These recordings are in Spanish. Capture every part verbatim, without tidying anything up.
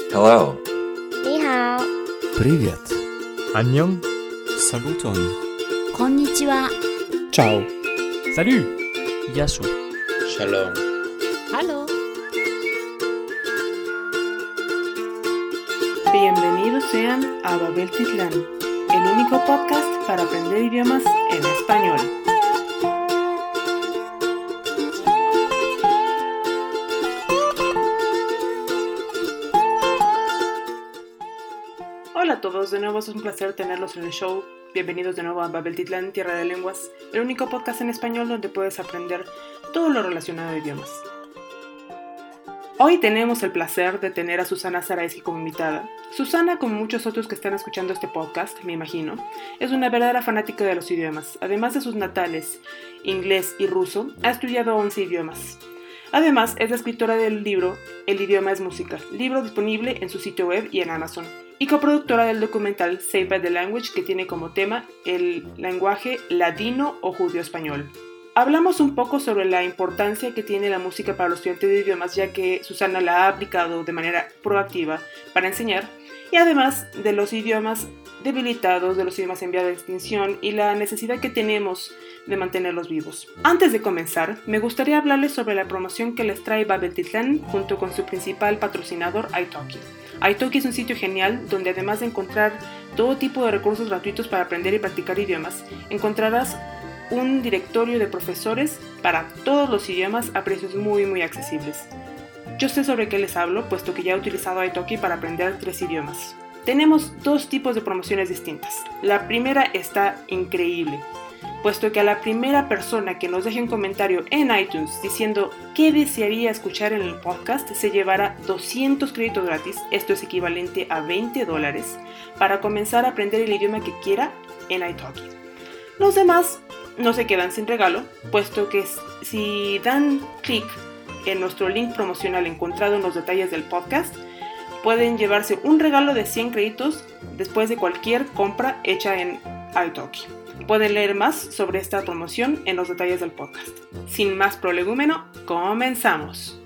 Hello. Ni hao. Привет. 안녕. Saluton. Konnichiwa. Ciao. Salut. Yasu. Shalom. Hello. Bienvenidos sean a Babel Titlán, el único podcast para aprender idiomas en español. Hola a todos, de nuevo es un placer tenerlos en el show. Bienvenidos de nuevo a Babel Titlán, Tierra de Lenguas, el único podcast en español donde puedes aprender todo lo relacionado a idiomas. Hoy tenemos el placer de tener a Susana Zaraisky como invitada. Susana, como muchos otros que están escuchando este podcast, me imagino, es una verdadera fanática de los idiomas. Además de sus natales, inglés y ruso, ha estudiado once idiomas. Además, es la escritora del libro El idioma es música, libro disponible en su sitio web y en Amazon, y coproductora del documental Saved by the Language, que tiene como tema el lenguaje ladino o judío-español. Hablamos un poco sobre la importancia que tiene la música para los estudiantes de idiomas, ya que Susana la ha aplicado de manera proactiva para enseñar, y además de los idiomas debilitados, de los idiomas en vía de extinción y la necesidad que tenemos de mantenerlos vivos. Antes de comenzar, me gustaría hablarles sobre la promoción que les trae Babel Titlán junto con su principal patrocinador, italki. italki es un sitio genial donde, además de encontrar todo tipo de recursos gratuitos para aprender y practicar idiomas, encontrarás un directorio de profesores para todos los idiomas a precios muy muy accesibles. Yo sé sobre qué les hablo, puesto que ya he utilizado italki para aprender tres idiomas. Tenemos dos tipos de promociones distintas. La primera está increíble, puesto que a la primera persona que nos deje un comentario en iTunes diciendo qué desearía escuchar en el podcast se llevará doscientos créditos gratis, esto es equivalente a veinte dólares, para comenzar a aprender el idioma que quiera en italki. Los demás no se quedan sin regalo, puesto que si dan clic en nuestro link promocional encontrado en los detalles del podcast, pueden llevarse un regalo de cien créditos después de cualquier compra hecha en italki. Pueden leer más sobre esta promoción en los detalles del podcast. Sin más prolegúmeno, comenzamos.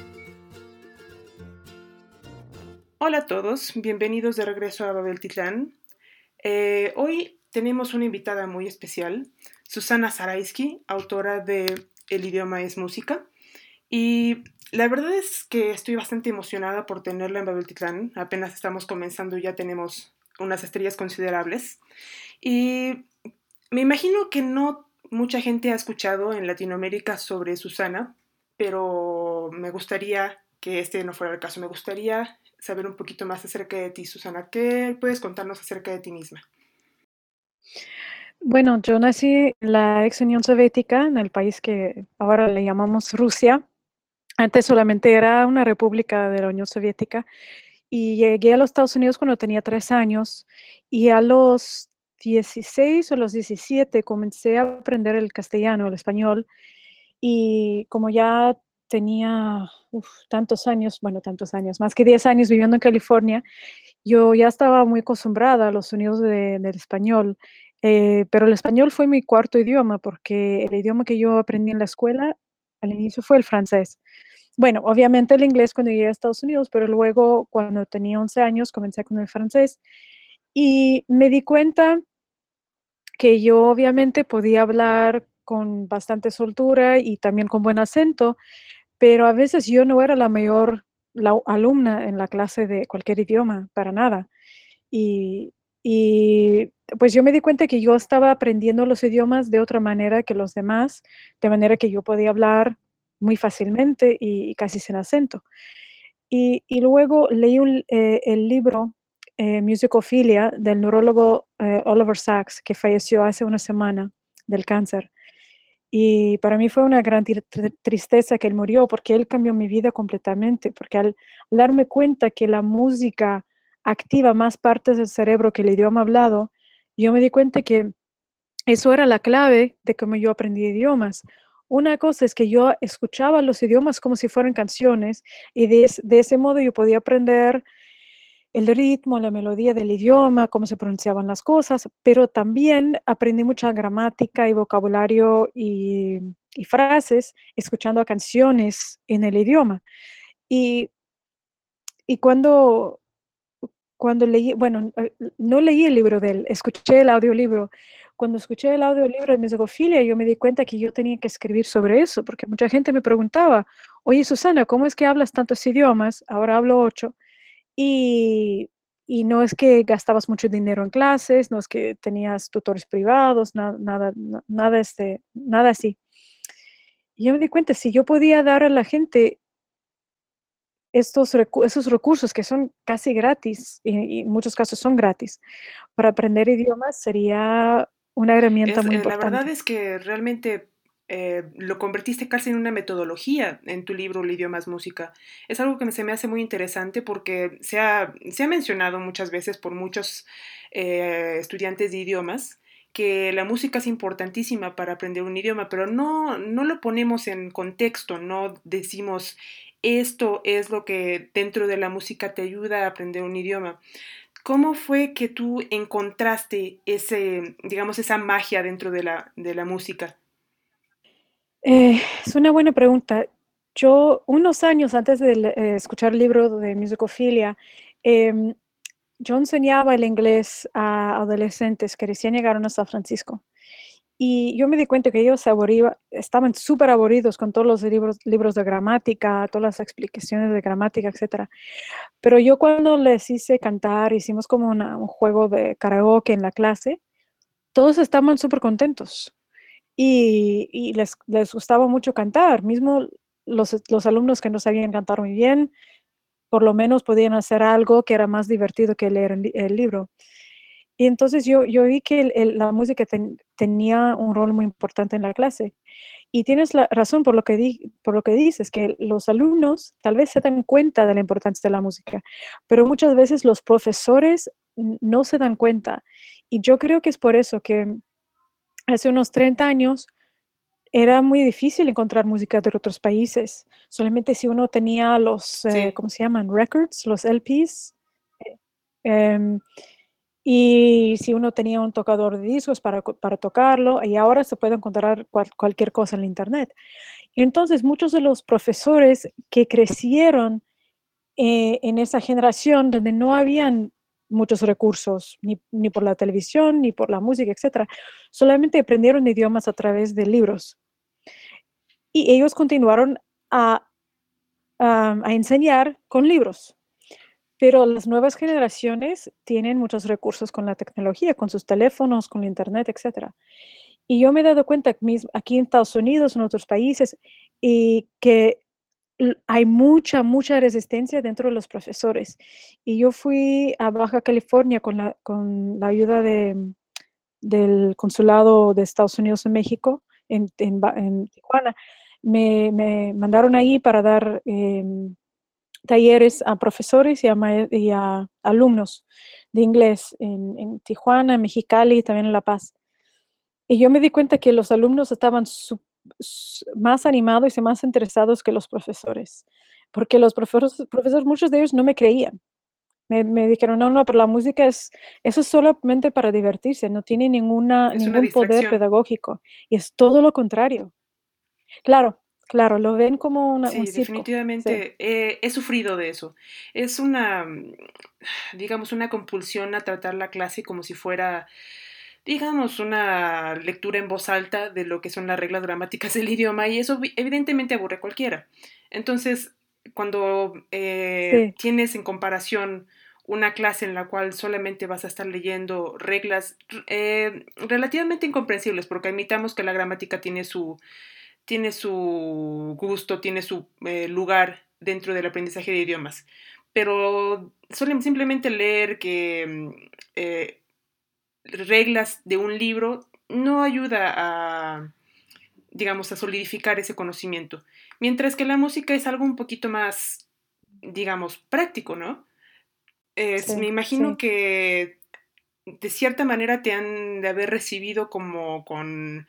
Hola a todos, bienvenidos de regreso a Babel Titlán. Eh, hoy tenemos una invitada muy especial, Susana Zaraisky, autora de El idioma es música. Y la verdad es que estoy bastante emocionada por tenerla en Babel Titlán. Apenas estamos comenzando y ya tenemos unas estrellas considerables. Y me imagino que no mucha gente ha escuchado en Latinoamérica sobre Susana, pero me gustaría que este no fuera el caso. Me gustaría saber un poquito más acerca de ti, Susana. ¿Qué puedes contarnos acerca de ti misma? Bueno, yo nací en la ex Unión Soviética, en el país que ahora le llamamos Rusia. Antes solamente era una república de la Unión Soviética. Y llegué a los Estados Unidos cuando tenía tres años. Y a los dieciséis o los diecisiete comencé a aprender el castellano, el español. Y como ya tenía uf, tantos años, bueno, tantos años, más que diez años viviendo en California, yo ya estaba muy acostumbrada a los sonidos de, del español, eh, pero el español fue mi cuarto idioma, porque el idioma que yo aprendí en la escuela al inicio fue el francés. Bueno, obviamente el inglés cuando llegué a Estados Unidos, pero luego cuando tenía once años comencé con el francés y me di cuenta que yo obviamente podía hablar con bastante soltura y también con buen acento, pero a veces yo no era la mayor la alumna en la clase de cualquier idioma, para nada. Y, y pues yo me di cuenta que yo estaba aprendiendo los idiomas de otra manera que los demás, de manera que yo podía hablar muy fácilmente y, y casi sin acento. Y, y luego leí un, eh, el libro eh, Musicophilia del neurólogo eh, Oliver Sacks, que falleció hace una semana del cáncer. Y para mí fue una gran tr- tr- tristeza que él murió, porque él cambió mi vida completamente, porque al, al darme cuenta que la música activa más partes del cerebro que el idioma hablado, yo me di cuenta que eso era la clave de cómo yo aprendí idiomas. Una cosa es que yo escuchaba los idiomas como si fueran canciones y de, es- de ese modo yo podía aprender el ritmo, la melodía del idioma, cómo se pronunciaban las cosas, pero también aprendí mucha gramática y vocabulario y, y frases escuchando canciones en el idioma. Y y cuando cuando leí, bueno, eh, no leí el libro de él, escuché el audiolibro. Cuando escuché el audiolibro de Misogofilia, yo me di cuenta que yo tenía que escribir sobre eso, porque mucha gente me preguntaba: "Oye, Susana, ¿cómo es que hablas tantos idiomas? Ahora hablo ocho, y y no es que gastabas mucho dinero en clases, no es que tenías tutores privados, na nada na nada, este, nada así". Y yo me di cuenta, si yo podía dar a la gente estos recu esos recursos que son casi gratis, y y en muchos casos son gratis, para aprender idiomas sería una herramienta Es, muy eh, la verdad importante. es que realmente eh, lo convertiste casi en una metodología en tu libro, El idioma es música. Es algo que me- se me hace muy interesante porque se ha, se ha mencionado muchas veces por muchos eh, estudiantes de idiomas que la música es importantísima para aprender un idioma, pero no, no lo ponemos en contexto, no decimos esto es lo que dentro de la música te ayuda a aprender un idioma. ¿Cómo fue que tú encontraste ese, digamos, esa magia dentro de la, de la música? Eh, es una buena pregunta. Yo, unos años antes de le eh, escuchar el libro de Musicofilia, em, yo enseñaba el inglés a adolescentes que recién llegaron a San Francisco. Y yo me di cuenta que ellos se aburriba estaban súper aburridos con todos los libros libros de gramática, todas las explicaciones de gramática, etcétera. Pero yo cuando les hice cantar, hicimos como una un juego de karaoke en la clase, todos estaban súper contentos y y les les gustaba mucho cantar, mismo los los alumnos que no sabían cantar muy bien, por lo menos podían hacer algo que era más divertido que leer el li el libro. Y entonces yo yo vi que el el la música ten tenía un rol muy importante en la clase. Y tienes la razón por lo que di por lo que dices, que los alumnos tal vez se dan cuenta de la importancia de la música, pero muchas veces los profesores n no se dan cuenta. Y yo creo que es por eso que hace unos treinta años era muy difícil encontrar música de otros países. Solamente si uno tenía los, eh, Sí, ¿cómo se llaman? Records, los L Ps. Eh, em, y si uno tenía un tocador de discos para co para tocarlo, y ahora se puede encontrar cual cualquier cosa en la Internet. Y entonces, muchos de los profesores que crecieron, eh, en esa generación donde no habían muchos recursos, ni ni por la televisión, ni por la música, etcétera, solamente aprendieron idiomas a través de libros. Y ellos continuaron a, am, a enseñar con libros. Pero las nuevas generaciones tienen muchos recursos con la tecnología, con sus teléfonos, con la Internet, etcétera. Y yo me he dado cuenta mis aquí en Estados Unidos, en otros países, y que l hay mucha, mucha resistencia dentro de los profesores. Y yo fui a Baja California con la con la ayuda de del consulado de Estados Unidos en México, en en Ba en Tijuana. Me me mandaron ahí para dar, em, talleres a profesores y a mae y a alumnos de inglés en en Tijuana, en Mexicali y también en La Paz. Y yo me di cuenta que los alumnos estaban sup s más animados y más interesados que los profesores, porque los proferos profesores, muchos de ellos no me creían. Me me dijeron: "No, no, pero la música es eso es solamente para divertirse, no tiene ninguna es una ningún poder distracción. pedagógico", y es todo lo contrario. Claro, claro, lo ven como una un Sí, circo, sí. definitivamente eh, he sufrido de eso. Es una, mm, digamos, una compulsión a tratar la clase como si fuera, digamos, una lectura en voz alta de lo que son las reglas gramáticas del idioma y eso vi- evidentemente aburre a cualquiera. Entonces, cuando eh, Sí, tienes en comparación una clase en la cual solamente vas a estar leyendo reglas eh, relativamente incomprensibles, porque admitamos que la gramática tiene su, tiene su gusto, tiene su eh, lugar dentro del aprendizaje de idiomas. Pero suelen simplemente leer que mm, eh, reglas de un libro no ayuda a, digamos, a solidificar ese conocimiento. Mientras que la música es algo un poquito más, digamos, práctico, ¿no? Es, me sí, imagino sí. que de cierta manera te han de haber recibido como con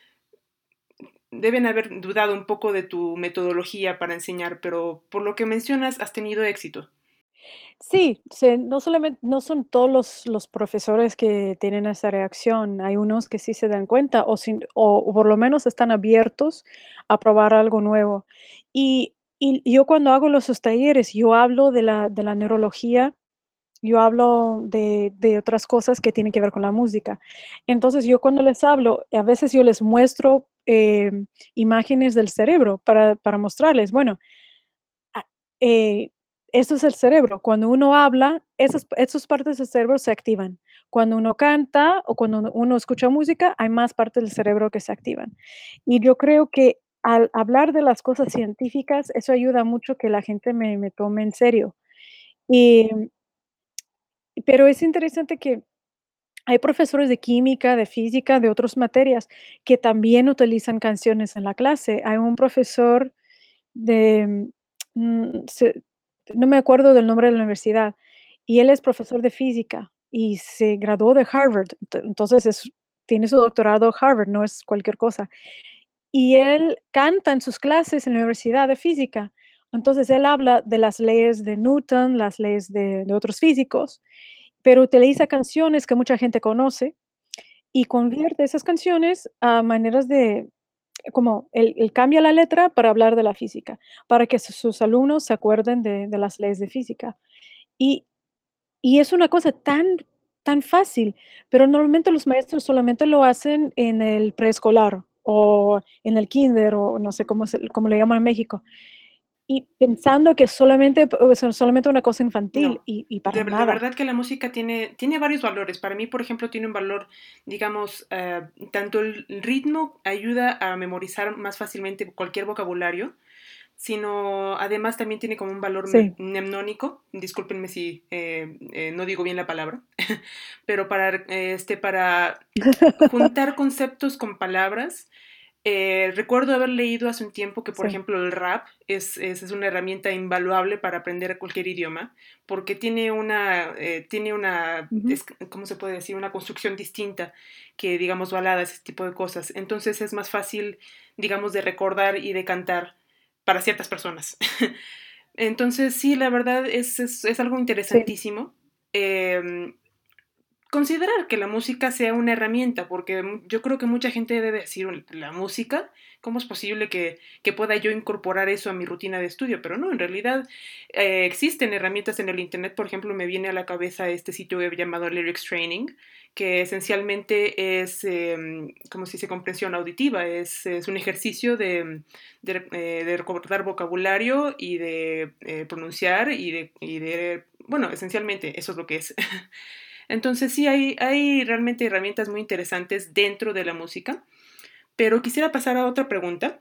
deben haber dudado un poco de tu metodología para enseñar, pero por lo que mencionas has tenido éxito. Sí, se no solamente no son todos los los profesores que tienen esa reacción, hay unos que sí se dan cuenta o sin o o por lo menos están abiertos a probar algo nuevo. Y Y yo cuando hago los esos talleres, yo hablo de la de la neurología, yo hablo de de otras cosas que tienen que ver con la música. Entonces, yo cuando les hablo, a veces yo les muestro, em, imágenes del cerebro para para mostrarles, bueno, ah, eh, esto es el cerebro. Cuando uno habla, esas esas partes del cerebro se activan. Cuando uno canta o cuando uno uno escucha música, hay más partes del cerebro que se activan. Y yo creo que al hablar de las cosas científicas, eso ayuda mucho que la gente me me tome en serio. Y pero es interesante que hay profesores de química, de física, de otras materias, que también utilizan canciones en la clase. Hay un profesor de, mm, se no me acuerdo del nombre de la universidad, y él es profesor de física y se graduó de Harvard. Ento entonces es tiene su doctorado Harvard, no es cualquier cosa. Y él canta en sus clases en la universidad de física. Entonces, él habla de las leyes de Newton, las leyes de de otros físicos, pero utiliza canciones que mucha gente conoce y convierte esas canciones a maneras de como él él cambia la letra para hablar de la física, para que su sus alumnos se acuerden de de las leyes de física. Y y es una cosa tan tan fácil, pero normalmente los maestros solamente lo hacen en el preescolar o en el kinder o no sé cómo se cómo le llaman en México. Y pensando que solamente, o sea, solamente una cosa infantil No, y y para de, de nada. verdad que la música tiene, tiene varios valores. Para mí, por ejemplo, tiene un valor, digamos, eh, tanto el ritmo ayuda a memorizar más fácilmente cualquier vocabulario, sino además también tiene como un valor me- Sí, mnemónico. Discúlpenme si eh, eh, no digo bien la palabra, pero para, eh, este, para juntar conceptos con palabras. Eh, recuerdo haber leído hace un tiempo que, por sí. ejemplo, el rap es, es, es una herramienta invaluable para aprender cualquier idioma, porque tiene una, eh, tiene una Ujú. es, ¿cómo se puede decir? Una construcción distinta que, digamos, baladas, ese tipo de cosas. Entonces es más fácil, digamos, de recordar y de cantar para ciertas personas. Entonces, sí, la verdad es, es, es algo Sí, interesantísimo. Eh, considerar que la música sea una herramienta, porque yo creo que mucha gente debe decir, la música, ¿cómo es posible que, que pueda yo incorporar eso a mi rutina de estudio? Pero no, en realidad eh, existen herramientas en el Internet. Por ejemplo, me viene a la cabeza este sitio web llamado Lyrics Training, que esencialmente es, eh, como se dice, comprensión auditiva, es, es un ejercicio de, de, eh, de recordar vocabulario y de eh, pronunciar y de, y de, bueno, esencialmente eso es lo que es. Entonces sí, hay, hay realmente herramientas muy interesantes dentro de la música, pero quisiera pasar a otra pregunta,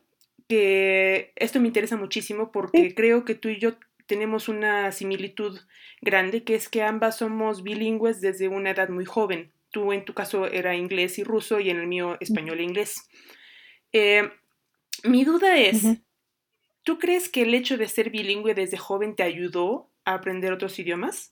que esto me interesa muchísimo sí. porque creo que tú y yo tenemos una similitud grande, que es que ambas somos bilingües desde una edad muy joven. Tú en tu caso era inglés y ruso y en el mío Ujú, español e inglés. Eh, mi duda ujú. es, ¿tú crees que el hecho de ser bilingüe desde joven te ayudó a aprender otros idiomas?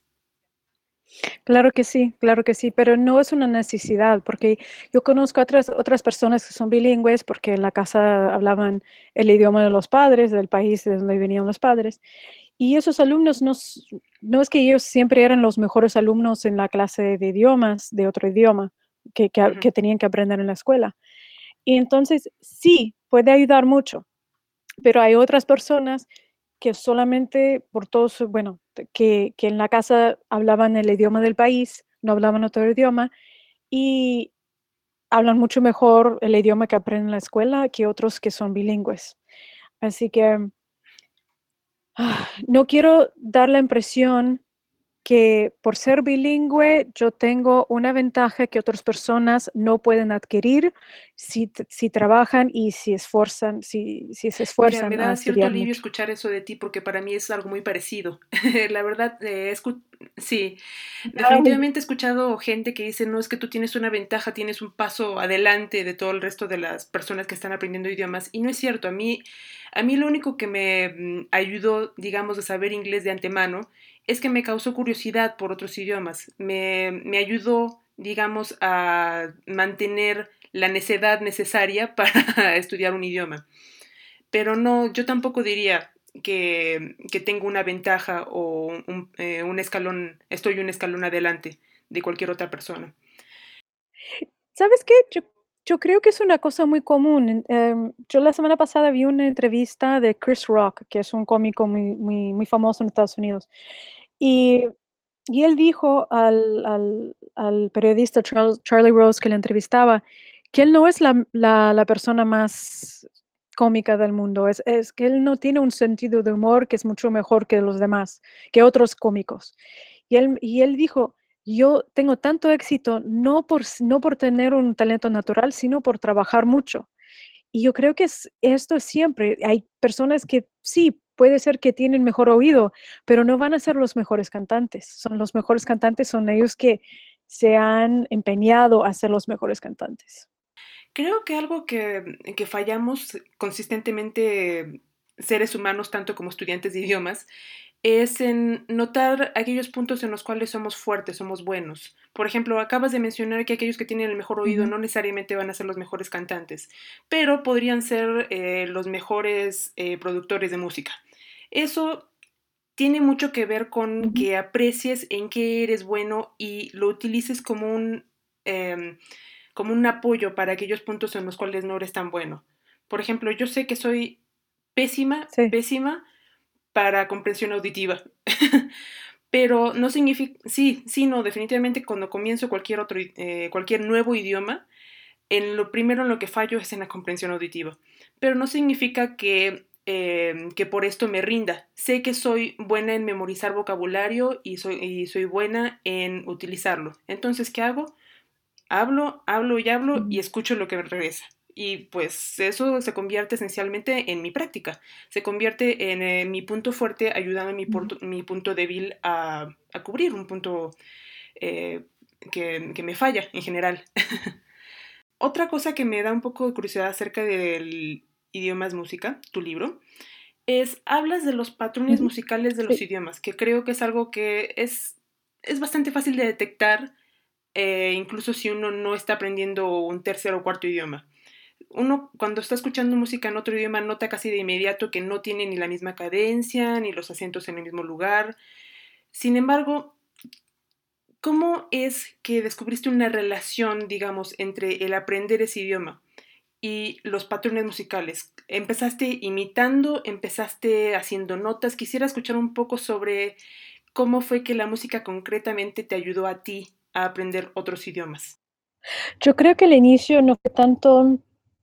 Claro que sí, claro que sí, pero no es una necesidad, porque yo conozco otras otras personas que son bilingües, porque en la casa hablaban el idioma de los padres, del país de donde venían los padres, y esos alumnos no s no es que ellos siempre eran los mejores alumnos en la clase de idiomas, de otro idioma, que que a Ujú. que tenían que aprender en la escuela. Y entonces, sí, puede ayudar mucho. Pero hay otras personas que solamente por todo su bueno, te- que que en la casa hablaban el idioma del país, no hablaban otro idioma, y hablan mucho mejor el idioma que aprenden en la escuela que otros que son bilingües. Así que, ah, no quiero dar la impresión que por ser bilingüe yo tengo una ventaja que otras personas no pueden adquirir si t si trabajan y si esfuerzan si si se Mira, me esfuerzan a da cierto estudiar alivio mucho. escuchar eso de ti porque para mí es algo muy parecido. La verdad, eh, escu- sí, Ay. definitivamente he escuchado gente que dice, no, es que tú tienes una ventaja, tienes un paso adelante de todo el resto de las personas que están aprendiendo idiomas. Y no es cierto, a mí, a mí lo único que me mm, ayudó, digamos, a saber inglés de antemano es que me causó curiosidad por otros idiomas. Me, me ayudó, digamos, a mantener la necedad necesaria para estudiar un idioma. Pero no, yo tampoco diría que, que tengo una ventaja o un, eh, un escalón, estoy un escalón adelante de cualquier otra persona. ¿Sabes qué? Yo Yo creo que es una cosa muy común. En- em, yo la semana pasada vi una entrevista de Chris Rock, que es un cómico muy, muy, muy famoso en Estados Unidos. Y, y él dijo al, al- al periodista Charles- Charlie Rose que le entrevistaba que él no es la, la- la persona más cómica del mundo, es, es que él no tiene un sentido de humor que es mucho mejor que los demás, que otros cómicos. Y él, y él dijo, yo tengo tanto éxito no por, s- no por tener un talento natural, sino por trabajar mucho. Y yo creo que es, esto es siempre. Hay personas que sí, puede ser que tienen mejor oído, pero no van a ser los mejores cantantes. Son los mejores cantantes, son ellos que se han empeñado a ser los mejores cantantes. Creo que algo que, que fallamos consistentemente seres humanos, tanto como estudiantes de idiomas, es en notar aquellos puntos en los cuales somos fuertes, somos buenos. Por ejemplo, acabas de mencionar que aquellos que tienen el mejor oído Ujú, no necesariamente van a ser los mejores cantantes, pero podrían ser eh, los mejores eh, productores de música. Eso tiene mucho que ver con ujú, que aprecies en qué eres bueno y lo utilices como un, em, como un apoyo para aquellos puntos en los cuales no eres tan bueno. Por ejemplo, yo sé que soy pésima, sí. pésima para comprensión auditiva. Pero no significa, sí, sí, no, definitivamente cuando comienzo cualquier otro, eh, cualquier nuevo idioma, en lo primero en lo que fallo es en la comprensión auditiva. Pero no significa que, eh, que por esto me rinda. Sé que soy buena en memorizar vocabulario y soy, y soy buena en utilizarlo. Entonces, ¿qué hago? Hablo, hablo y hablo y Ujú, escucho lo que me regresa. Y pues eso se convierte esencialmente en mi práctica, se convierte en eh, mi punto fuerte ayudando a mi, ujú. punto, mi punto débil a, a cubrir un punto eh, que, que, me falla en general. Otra cosa que me da un poco de curiosidad acerca del idioma es música, tu libro, es hablas de los patrones Ujú, musicales de los sí. idiomas, que creo que es algo que es, es bastante fácil de detectar eh, incluso si uno no está aprendiendo un tercer o cuarto idioma. Uno cuando está escuchando música en otro idioma nota casi de inmediato que no tiene ni la misma cadencia, ni los acentos en el mismo lugar. Sin embargo, ¿cómo es que descubriste una relación, digamos, entre el aprender ese idioma y los patrones musicales? ¿Empezaste imitando? ¿Empezaste haciendo notas? Quisiera escuchar un poco sobre cómo fue que la música concretamente te ayudó a ti a aprender otros idiomas. Yo creo que el inicio no fue tanto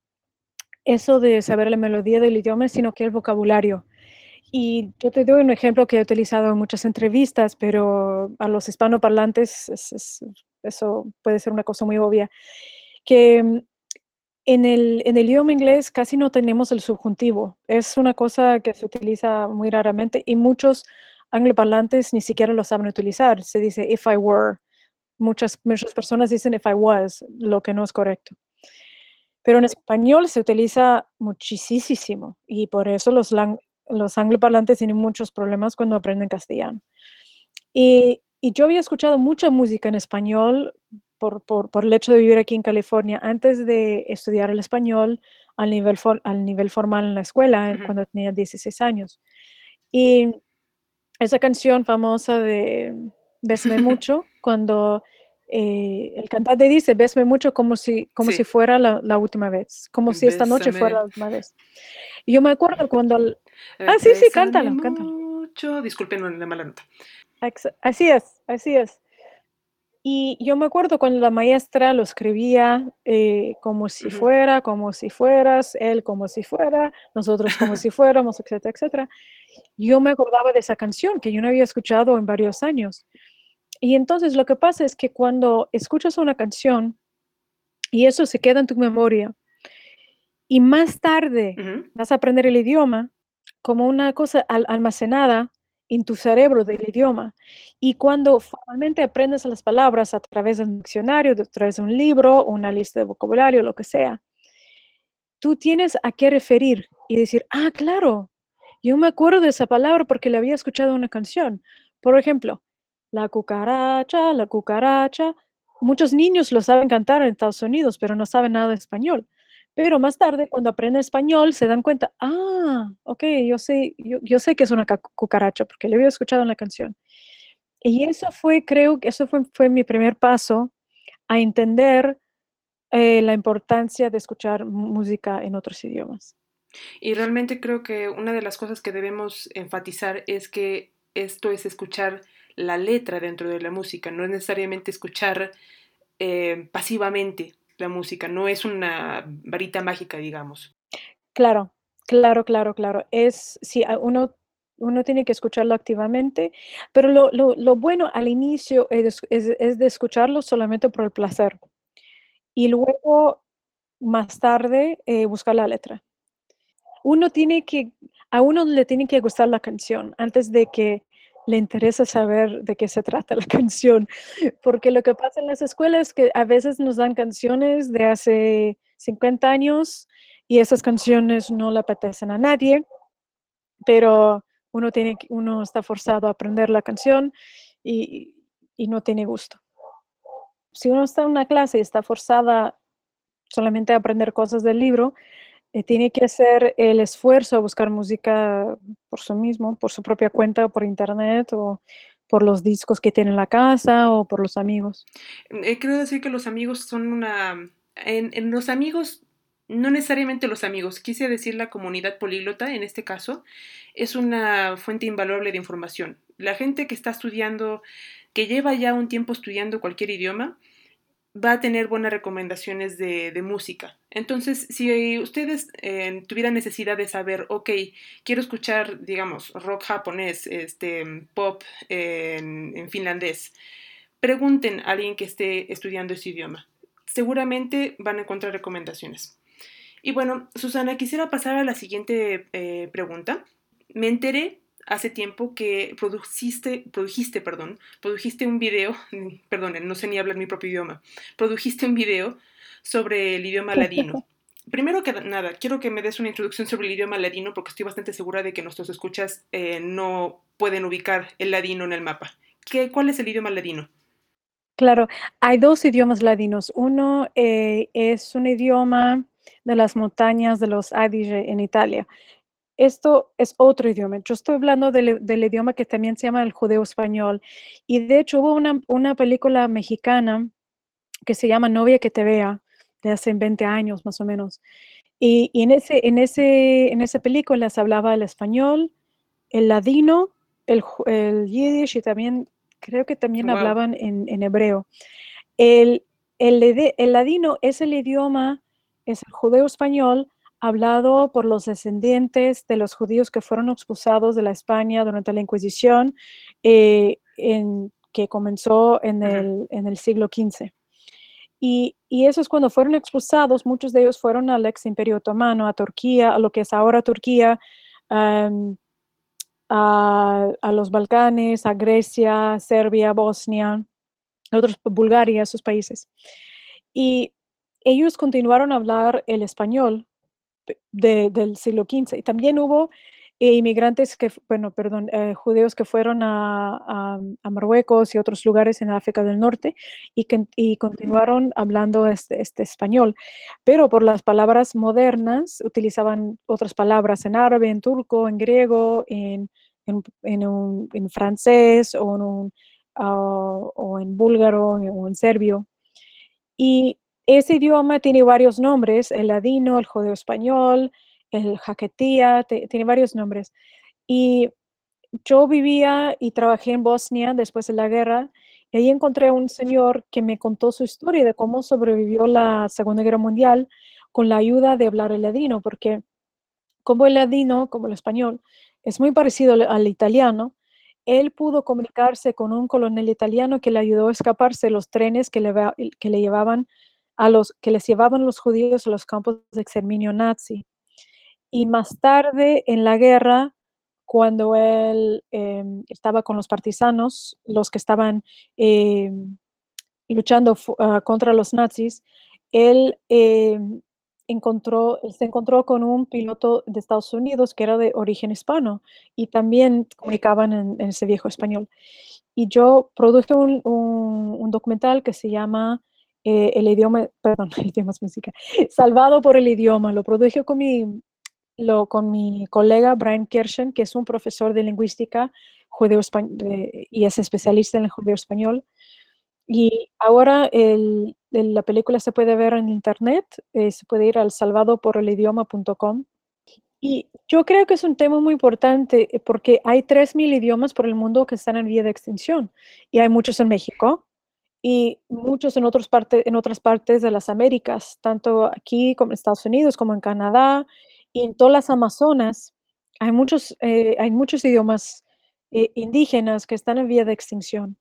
eso de saber la melodía del idioma, sino que el vocabulario. Y yo te doy un ejemplo que he utilizado en muchas entrevistas, pero a los hispanoparlantes es- es- eso puede ser una cosa muy obvia, que mm, en el, en el idioma inglés casi no tenemos el subjuntivo. Es una cosa que se utiliza muy raramente y muchos angloparlantes ni siquiera lo saben utilizar. Se dice if I were. Muchas, muchas personas dicen if I was, lo que no es correcto. Pero en español se utiliza muchísimo y por eso los, lang- los angloparlantes tienen muchos problemas cuando aprenden castellano. Y, y yo había escuchado mucha música en español por, por, por el hecho de vivir aquí en California antes de estudiar el español al nivel, for- al nivel formal en la escuela, eh, Ujú. cuando tenía dieciséis años. Y esa canción famosa de Bésame mucho, cuando eh, el cantante dice, Bésame mucho como si, como si Sí, fuera la, la última vez, como si esta noche fuera bésame, la última vez. Y yo me acuerdo cuando... el- eh, Ah, sí, sí, bésame cántalo, cántalo. mucho. Disculpen la mala nota. Ex- Así es, así es. Y yo me acuerdo cuando la maestra lo escribía eh, como si Ujú. fuera, como si fueras, él como si fuera, nosotros como si fuéramos, etcétera, etcétera. Yo me acordaba de esa canción que yo no había escuchado en varios años. Y entonces lo que pasa es que cuando escuchas una canción y eso se queda en tu memoria y más tarde Ujú. vas a aprender el idioma como una cosa al- almacenada en tu cerebro del idioma. Y cuando formalmente aprendes las palabras a través del diccionario, a través de un libro, una lista de vocabulario, lo que sea, tú tienes a qué referir y decir, ah, claro, yo me acuerdo de esa palabra porque la había escuchado en una canción. Por ejemplo, la cucaracha, la cucaracha. Muchos niños lo saben cantar en Estados Unidos, pero no saben nada de español. Pero más tarde, cuando aprenden español, se dan cuenta, ah, ok, yo sé, yo, yo sé que es una ca- cucaracha porque lo había escuchado en la canción. Y eso fue, creo que eso fue, fue mi primer paso a entender eh, la importancia de escuchar música en otros idiomas. Y realmente creo que una de las cosas que debemos enfatizar es que esto es escuchar la letra dentro de la música, no es necesariamente escuchar eh, pasivamente la música, no es una varita mágica, digamos. Claro, claro, claro, claro. Es, sí, a uno, uno tiene que escucharlo activamente, pero lo, lo, lo bueno al inicio es, es, es de escucharlo solamente por el placer y luego más tarde eh, buscar la letra. Uno tiene que, a uno le tiene que gustar la canción antes de que le interese saber de qué se trata la canción, porque lo que pasa en las escuelas es que a veces nos dan canciones de hace cincuenta años y esas canciones no le apetecen a nadie, pero uno, tiene, uno está forzado a aprender la canción y, y no tiene gusto. Si uno está en una clase y está forzada solamente a aprender cosas del libro, eh, tiene que hacer el esfuerzo a buscar música por sí mismo, por su propia cuenta, o por internet, o por los discos que tiene en la casa, o por los amigos. Eh, quiero decir que los amigos son una... En, en los amigos, no necesariamente los amigos, quise decir la comunidad políglota, en este caso, es una fuente invaluable de información. La gente que está estudiando, que lleva ya un tiempo estudiando cualquier idioma, va a tener buenas recomendaciones de, de música. Entonces, si ustedes eh, tuvieran necesidad de saber, ok, quiero escuchar, digamos, rock japonés, este, pop en, en finlandés, pregunten a alguien que esté estudiando ese idioma. Seguramente van a encontrar recomendaciones. Y bueno, Susana, quisiera pasar a la siguiente eh, pregunta. Me enteré hace tiempo que produjiste, produjiste, perdón, produjiste un video, perdonen, no sé ni hablar mi propio idioma, produjiste un video sobre el idioma ladino. Primero que nada, quiero que me des una introducción sobre el idioma ladino porque estoy bastante segura de que nuestros escuchas eh, no pueden ubicar el ladino en el mapa. ¿Qué, ¿Cuál es el idioma ladino? Claro, hay dos idiomas ladinos. Uno eh, es un idioma de las montañas de los Adige en Italia. Esto es otro idioma. Yo estoy hablando del, del idioma que también se llama el judeo español. Y de hecho hubo una, una película mexicana que se llama Novia que te vea, de hace veinte años más o menos. Y, y en, ese, en, ese, en esa película se hablaba el español, el ladino, el, el yiddish y también, creo que también Wow. hablaban en, en hebreo. El, el, el ladino es el idioma, es el judeo español hablado por los descendientes de los judíos que fueron expulsados de la España durante la Inquisición, eh, en, que comenzó en el, uh-huh. en el siglo quince. Y, y eso es cuando fueron expulsados, muchos de ellos fueron al ex imperio otomano, a Turquía, a lo que es ahora Turquía, um, a, a los Balcanes, a Grecia, Serbia, Bosnia, otros, Bulgaria, esos países. Y ellos continuaron a hablar el español de, del siglo quince. Y también hubo eh, inmigrantes que, bueno, perdón, eh, judíos que fueron a, a, a, Marruecos y otros lugares en África del Norte y, que, y continuaron hablando este, este español. Pero por las palabras modernas utilizaban otras palabras en árabe, en turco, en griego, en, en, en, un, en francés o en, un, uh, o en búlgaro o en serbio. Y ese idioma tiene varios nombres, el ladino, el judeo español, el jaquetía, te, tiene varios nombres. Y yo vivía y trabajé en Bosnia después de la guerra, y ahí encontré a un señor que me contó su historia de cómo sobrevivió la Segunda Guerra Mundial con la ayuda de hablar el ladino, porque como el ladino, como el español, es muy parecido al, al italiano, él pudo comunicarse con un coronel italiano que le ayudó a escaparse de los trenes que le, que le llevaban a los que les llevaban los judíos a los campos de exterminio nazi. Y más tarde en la guerra, cuando él eh, estaba con los partisanos, los que estaban eh, luchando uh, contra los nazis, él eh, encontró, se encontró con un piloto de Estados Unidos que era de origen hispano y también comunicaban en, en ese viejo español. Y yo produje un, un, un documental que se llama eh, El idioma, perdón, el idioma es música, Salvado por el idioma. Lo produje con mi, lo, con mi colega Brian Kirschen, que es un profesor de lingüística judeo español, eh, y es especialista en el judeo español. Y ahora el, de la película se puede ver en internet, eh, se puede ir al salvado por el idioma punto com. Y yo creo que es un tema muy importante eh, porque hay tres mil idiomas por el mundo que están en vía de extinción y hay muchos en México y muchos en, otros parte, en otras partes de las Américas, tanto aquí como en Estados Unidos, como en Canadá y en todas las Amazonas. Hay muchos, eh, hay muchos idiomas eh, indígenas que están en vía de extinción.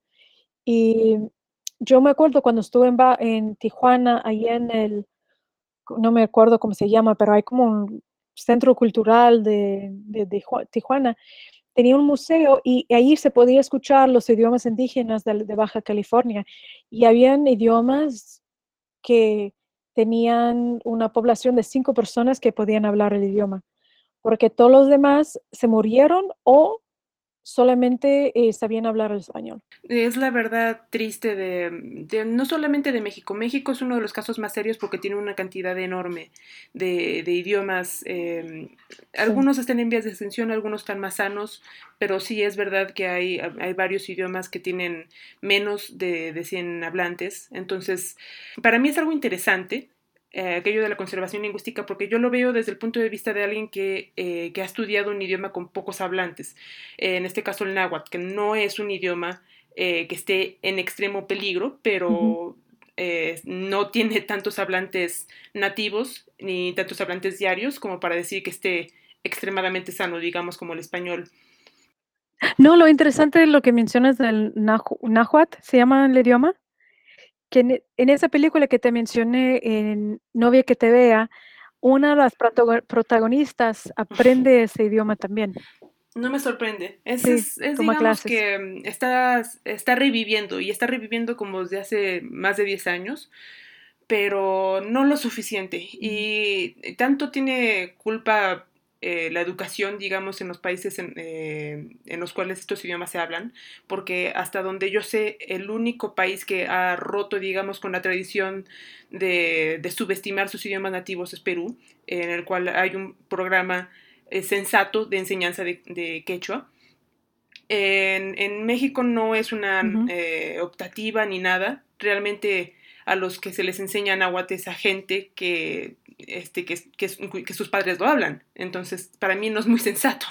Y yo me acuerdo cuando estuve en, Ba- en Tijuana, ahí en el, no me acuerdo cómo se llama, pero hay como un centro cultural de, de, de Ju- Tijuana. Tenía un museo y ahí se podía escuchar los idiomas indígenas de, de Baja California. Y habían idiomas que tenían una población de cinco personas que podían hablar el idioma, porque todos los demás se murieron o solamente eh, sabían hablar el español. Es la verdad triste de, de- no solamente de México. México es uno de los casos más serios porque tiene una cantidad enorme de, de idiomas. Eh, Sí. algunos están en vías de extinción, algunos están más sanos, pero sí es verdad que hay, hay varios idiomas que tienen menos de, de cien hablantes. Entonces, para mí es algo interesante. Eh, aquello de la conservación lingüística, porque yo lo veo desde el punto de vista de alguien que, eh, que ha estudiado un idioma con pocos hablantes, eh, en este caso el náhuatl, que no es un idioma eh, que esté en extremo peligro, Ujú. pero eh, no tiene tantos hablantes nativos ni tantos hablantes diarios como para decir que esté extremadamente sano, digamos, como el español. No, lo interesante es lo que mencionas del náhu- náhuatl, se llama el idioma, que en, e- en esa película que te mencioné, en Novia que te vea, una de las protago- protagonistas aprende ese idioma también. No me sorprende. Es, Sí, es, es toma digamos clases. que mm, está, está reviviendo y está reviviendo como desde hace más de diez años, pero no lo suficiente. Mm. Y tanto tiene culpa eh, la educación, digamos, en los países en, eh, en los cuales estos idiomas se hablan, porque hasta donde yo sé, el único país que ha roto, digamos, con la tradición de, de subestimar sus idiomas nativos es Perú, en el cual hay un programa eh, sensato de enseñanza de, de quechua. En, en, México no es una Ujú. eh, optativa ni nada. Realmente a los que se les enseña náhuatl es a gente que, este, que, que, que sus padres lo hablan. Entonces, para mí no es muy sensato.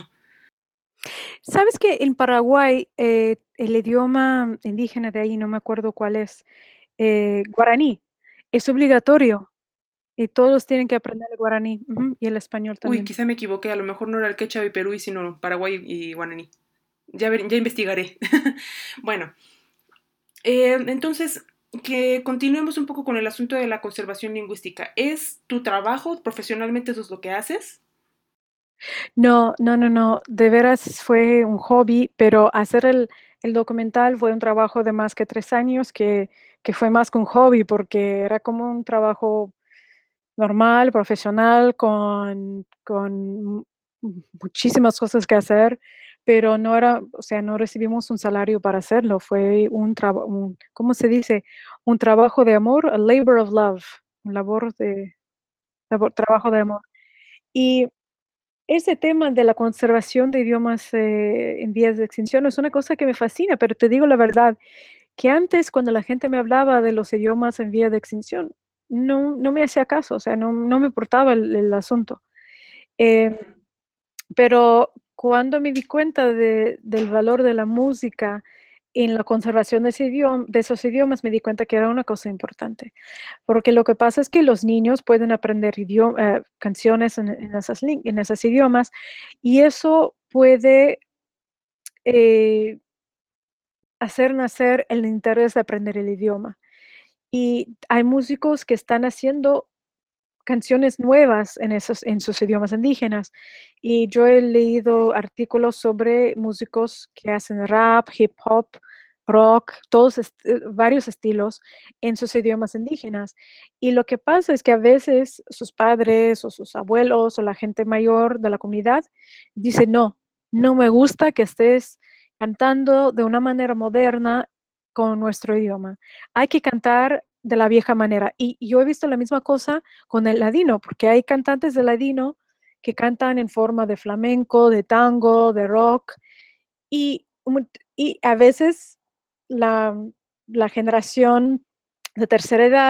¿Sabes que en Paraguay eh, el idioma indígena de ahí, no me acuerdo cuál es, eh, guaraní, es obligatorio y todos tienen que aprender el guaraní, ujú, y el español Uy, también. quizá me equivoqué. A lo mejor no era el quechua y Perú, sino Paraguay y guaraní. Ya, ver, ya investigaré. Bueno, eh, entonces, que continuemos un poco con el asunto de la conservación lingüística. ¿Es tu trabajo? ¿Profesionalmente eso es lo que haces? No, no, no, no, de veras fue un hobby, pero hacer el, el documental fue un trabajo de más que tres años, que, que fue más que un hobby, porque era como un trabajo normal, profesional, con, con mu- muchísimas cosas que hacer, pero no era, o sea, no recibimos un salario para hacerlo, fue un trabajo, ¿cómo se dice? Un trabajo de amor, a labor of love, un labor de, labor- trabajo de amor. Y ese tema de la conservación de idiomas eh, en vías de extinción es una cosa que me fascina, pero te digo la verdad, que antes cuando la gente me hablaba de los idiomas en vía de extinción, no, no me hacía caso, o sea, no, no me importaba el, el asunto. Eh, pero cuando me di cuenta de- del valor de la música en la conservación de, ese idioma, de esos idiomas, me di cuenta que era una cosa importante. Porque lo que pasa es que los niños pueden aprender idioma, eh, canciones en, en esas, lin- en esos idiomas y eso puede eh, hacer nacer el interés de aprender el idioma. Y hay músicos que están haciendo canciones nuevas en esos en sus idiomas indígenas. Y yo he leído artículos sobre músicos que hacen rap, hip hop, rock, todos est eh, varios estilos en sus idiomas indígenas. Y lo que pasa es que a veces sus padres, o sus abuelos, o la gente mayor de la comunidad dice: "No, no me gusta que estés cantando de una manera moderna con nuestro idioma. Hay que cantar de la vieja manera". Y y yo he visto la misma cosa con el ladino, porque hay cantantes de ladino que cantan en forma de flamenco, de tango, de rock, y, mu- y a veces la, la generación de tercera edad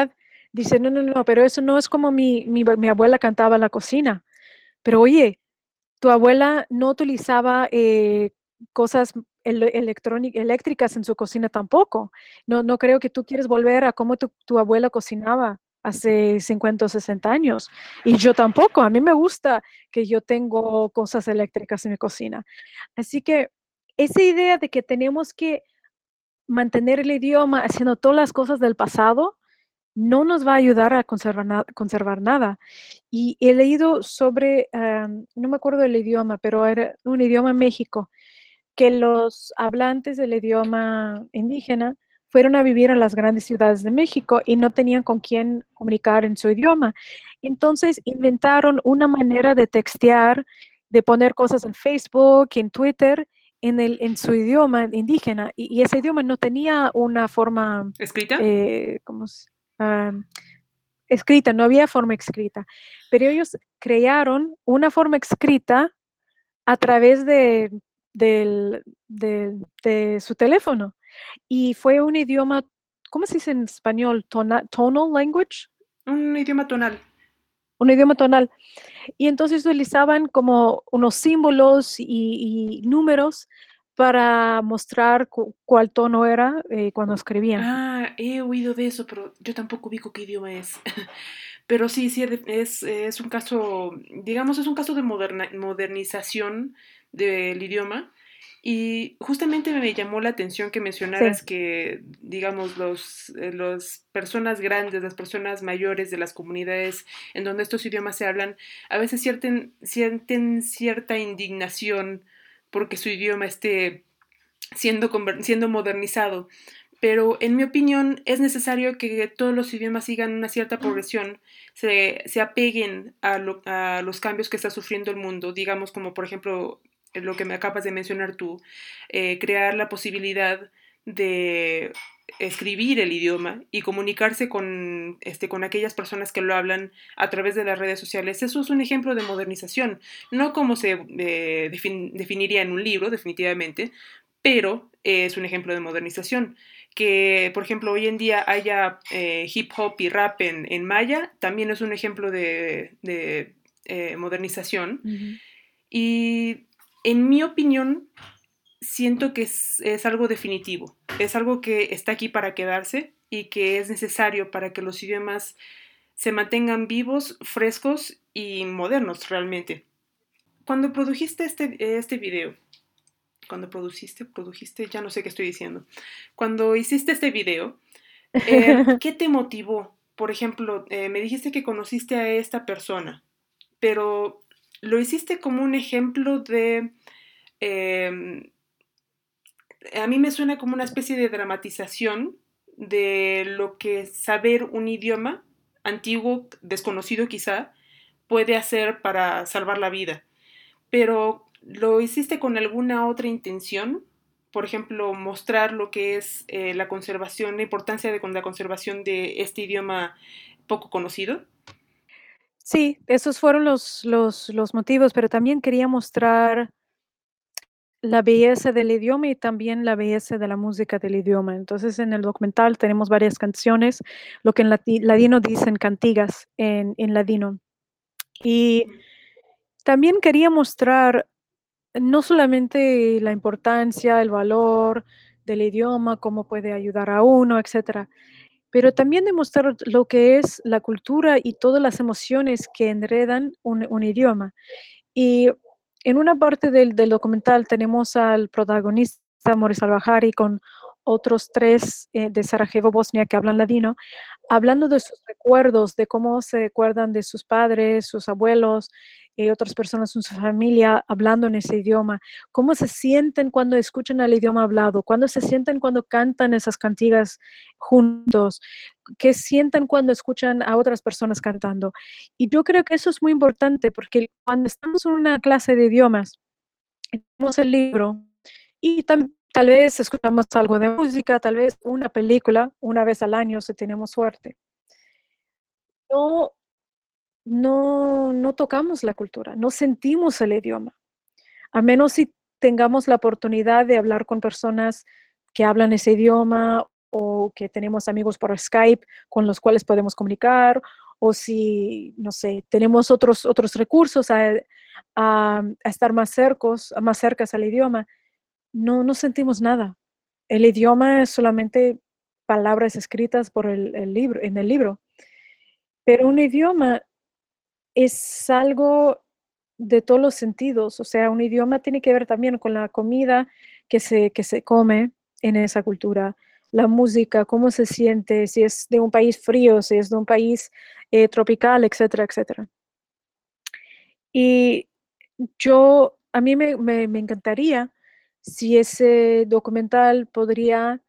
Dice, no, no, no, pero eso no es como mi, mi, mi abuela cantaba en la cocina. Pero oye, tu abuela no utilizaba eh, cosas ele- electrónic- eléctricas en su cocina tampoco. No, no creo que tú quieres volver a cómo tu, tu abuela cocinaba hace cincuenta o sesenta años. Y yo tampoco. A mí me gusta que yo tengo cosas eléctricas en mi cocina. Así que esa idea de que tenemos que mantener el idioma haciendo todas las cosas del pasado no nos va a ayudar a conservar, na- conservar nada. Y he leído sobre, am, no me acuerdo del idioma, pero era un idioma en México, que los hablantes del idioma indígena fueron a vivir a las grandes ciudades de México y no tenían con quién comunicar en su idioma. Entonces inventaron una manera de textear, de poner cosas en Facebook, en Twitter, en, el, en su idioma indígena. Y, y ese idioma no tenía una forma, ¿Escrita? eh, ¿cómo se- ah, escrita, no había forma escrita. Pero ellos crearon una forma escrita a través de, del- del- de su teléfono. Y fue un idioma, ¿cómo se dice en español? Tona- tonal language, Un idioma tonal. un idioma tonal. Y entonces utilizaban como unos símbolos y, y números para mostrar cu- cuál tono era eh, cuando escribían. Ah, he oído de eso, pero yo tampoco ubico qué idioma es. Pero sí, sí, es, es un caso, digamos, es un caso de moderna- modernización del idioma. Y justamente me llamó la atención que Sí, mencionaras que, digamos, los, eh, las personas grandes, las personas mayores de las comunidades en donde estos idiomas se hablan, a veces sienten, sienten cierta indignación porque su idioma esté siendo, conver- siendo modernizado. Pero en mi opinión es necesario que todos los idiomas sigan una cierta progresión, se, se apeguen a, lo- a los cambios que está sufriendo el mundo, digamos como por ejemplo lo que me acabas de mencionar tú, eh, crear la posibilidad de escribir el idioma y comunicarse con, este, con aquellas personas que lo hablan a través de las redes sociales. Eso es un ejemplo de modernización, no como se eh, defin- definiría en un libro, definitivamente, pero eh, es un ejemplo de modernización. Que, por ejemplo, hoy en día haya eh, hip hop y rap en, en maya, también es un ejemplo de, de eh, modernización. ujú. Y en mi opinión, siento que es, es algo definitivo, es algo que está aquí para quedarse y que es necesario para que los idiomas se mantengan vivos, frescos y modernos realmente. Cuando produjiste este, este video, cuando produciste, produjiste, ya no sé qué estoy diciendo. Cuando hiciste este video, eh, ¿qué te motivó? Por ejemplo, eh, me dijiste que conociste a esta persona, pero lo hiciste como un ejemplo de... eh, a mí me suena como una especie de dramatización de lo que saber un idioma antiguo, desconocido quizá, puede hacer para salvar la vida. Pero ¿lo hiciste con alguna otra intención? Por ejemplo, mostrar lo que es eh, la conservación, la importancia de la conservación de este idioma poco conocido. Sí, esos fueron los, los, los motivos, pero también quería mostrar la belleza del idioma y también la belleza de la música del idioma. Entonces, en el documental tenemos varias canciones, lo que en lati- ladino dicen cantigas en, en ladino. Y también quería mostrar no solamente la importancia, el valor del idioma, cómo puede ayudar a uno, etcétera, pero también demostrar lo que es la cultura y todas las emociones que enredan un, un idioma. Y en una parte del, del documental tenemos al protagonista, Maurice Albahari, con otros tres eh, de Sarajevo, Bosnia, que hablan ladino, hablando de sus recuerdos, de cómo se recuerdan de sus padres, sus abuelos y otras personas en su familia hablando en ese idioma, cómo se sienten cuando escuchan el idioma hablado, cuándo se sienten cuando cantan esas cantigas juntos, qué sienten cuando escuchan a otras personas cantando. Y yo creo que eso es muy importante porque cuando estamos en una clase de idiomas, tenemos el libro y tam- tal vez escuchamos algo de música, tal vez una película una vez al año si tenemos suerte. No, no, no tocamos la cultura, no sentimos el idioma, a menos si tengamos la oportunidad de hablar con personas que hablan ese idioma o que tenemos amigos por Skype con los cuales podemos comunicar, o si, no sé, tenemos otros, otros recursos a, a, a estar más cercos, más cercas al idioma, no, no sentimos nada. El idioma es solamente palabras escritas por el, el libro, en el libro. Pero un idioma es algo de todos los sentidos. O sea, un idioma tiene que ver también con la comida que se, que se come en esa cultura, la música, cómo se siente, si es de un país frío, si es de un país eh, tropical, etcétera, etcétera. Y yo, a mí me, me, me encantaría si ese documental podría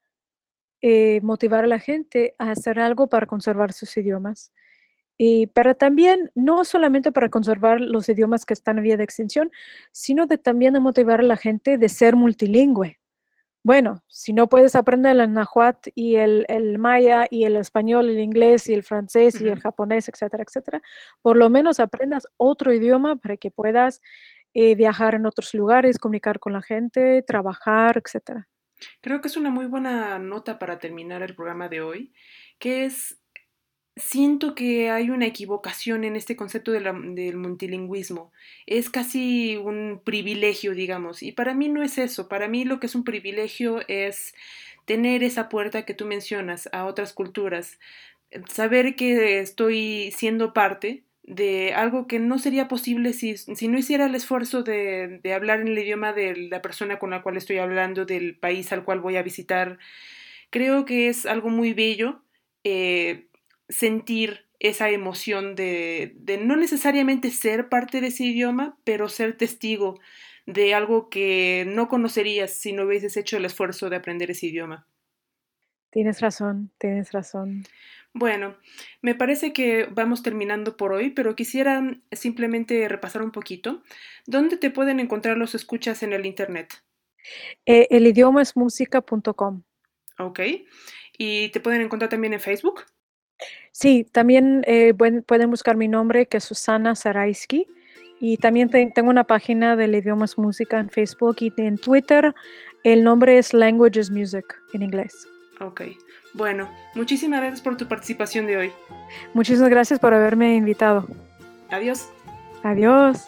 eh, motivar a la gente a hacer algo para conservar sus idiomas. Y para también, no solamente para conservar los idiomas que están en vía de extinción, sino de también de motivar a la gente de ser multilingüe. Bueno, si no puedes aprender el náhuatl y el, el maya y el español, el inglés y el francés y el japonés, etcétera, etcétera, por lo menos aprendas otro idioma para que puedas eh, viajar en otros lugares, comunicar con la gente, trabajar, etcétera. Creo que es una muy buena nota para terminar el programa de hoy, que es, siento que hay una equivocación en este concepto de la, del multilingüismo. Es casi un privilegio, digamos, y para mí no es eso. Para mí lo que es un privilegio es tener esa puerta que tú mencionas a otras culturas, saber que estoy siendo parte de algo que no sería posible si, si no hiciera el esfuerzo de, de hablar en el idioma de la persona con la cual estoy hablando, del país al cual voy a visitar. Creo que es algo muy bello eh, sentir esa emoción de, de no necesariamente ser parte de ese idioma, pero ser testigo de algo que no conocerías si no hubieses hecho el esfuerzo de aprender ese idioma. Tienes razón, tienes razón. Bueno, me parece que vamos terminando por hoy, pero quisiera simplemente repasar un poquito. ¿Dónde te pueden encontrar los escuchas en el internet? Eh, el idioma es música punto com. Ok. ¿Y te pueden encontrar también en Facebook? Sí, también eh, pueden, pueden buscar mi nombre, que es Susana Zaraisky. Y también te, tengo una página del idioma es música en Facebook y en Twitter. El nombre es Languages Music en inglés. Ok. Bueno, muchísimas gracias por tu participación de hoy. Muchísimas gracias por haberme invitado. Adiós. Adiós.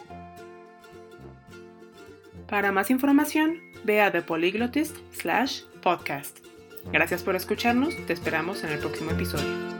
Para más información, ve a The Polyglotist slash podcast. Gracias por escucharnos, te esperamos en el próximo episodio.